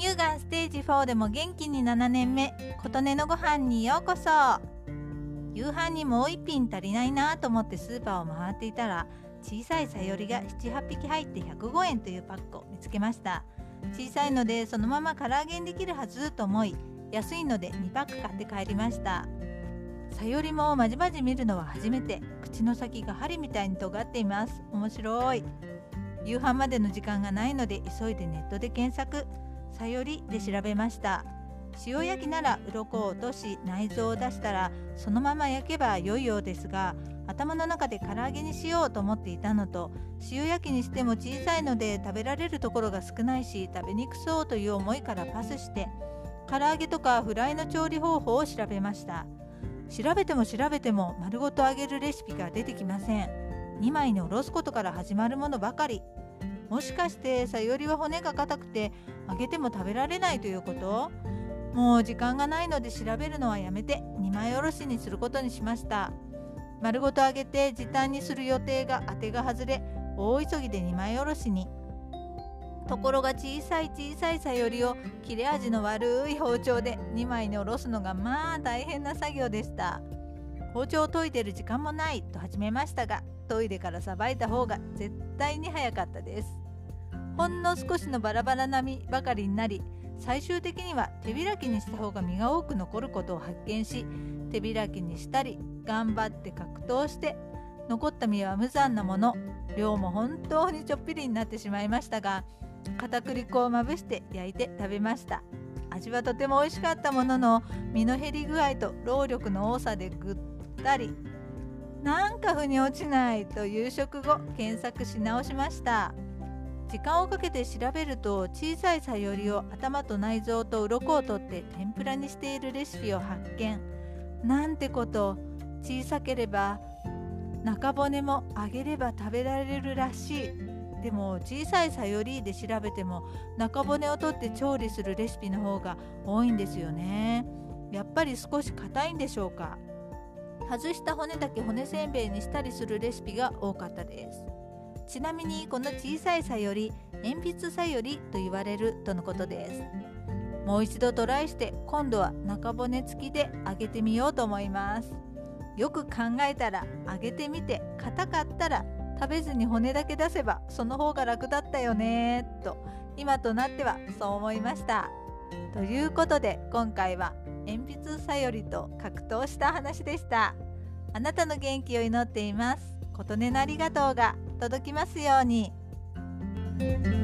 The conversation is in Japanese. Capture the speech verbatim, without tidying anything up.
乳がんステージフォーでも元気にななねんめ、琴音のご飯にようこそ。夕飯にもう一品足りないなと思ってスーパーを回っていたら、小さいさよりがななはっぴき入ってひゃくごえんというパックを見つけました。小さいのでそのまま唐揚げにできるはずと思い、安いのでにパック買って帰りました。さよりもまじまじ見るのは初めて。口の先が針みたいに尖っています。面白い。夕飯までの時間がないので急いでネットで検索。さよりで調べました。塩焼きなら鱗を落とし内臓を出したらそのまま焼けば良いようですが、頭の中で唐揚げにしようと思っていたのと、塩焼きにしても小さいので食べられるところが少ないし食べにくそうという思いからパスして、唐揚げとかフライの調理方法を調べました。調べても調べても丸ごと揚げるレシピが出てきません。にまいにおろすことから始まるものばかり。もしかしてさよりは骨が硬くて揚げても食べられないということ？もう時間がないので調べるのはやめてにまいおろしにすることにしました。丸ごと揚げて時短にする予定が当てが外れ、大急ぎでにまいおろしに。ところが小さい小さいさよりを切れ味の悪い包丁でにまいにおろすのがまあ大変な作業でした。包丁を研いでる時間もないと始めましたが、研いでからさばいた方が絶対に早かったです。ほんの少しのバラバラな実ばかりになり、最終的には手開きにした方が実が多く残ることを発見し、手開きにしたり頑張って格闘して残った実は無残なもの。量も本当にちょっぴりになってしまいましたが、片栗粉をまぶして焼いて食べました。味はとても美味しかったものの、実の減り具合と労力の多さでぐったり、なんか腑に落ちないと夕食後検索し直しました。時間をかけて調べると、小さいさよりを頭と内臓と鱗を取って天ぷらにしているレシピを発見。なんてこと。小さければ中骨も揚げれば食べられるらしい。でも小さいさよりで調べても中骨を取って調理するレシピの方が多いんですよね。やっぱり少し硬いんでしょうか。外した骨だけ骨せんべいにしたりするレシピが多かったです。ちなみにこの小さいさより、鉛筆さよりと言われるとのことです。もう一度トライして今度は中骨付きで揚げてみようと思います。よく考えたら揚げてみて硬かったら食べずに骨だけ出せばその方が楽だったよねと今となってはそう思いました。ということで今回は鉛筆さよりと格闘した話でした。あなたの元気を祈っています。琴音のありがとうが届きますように。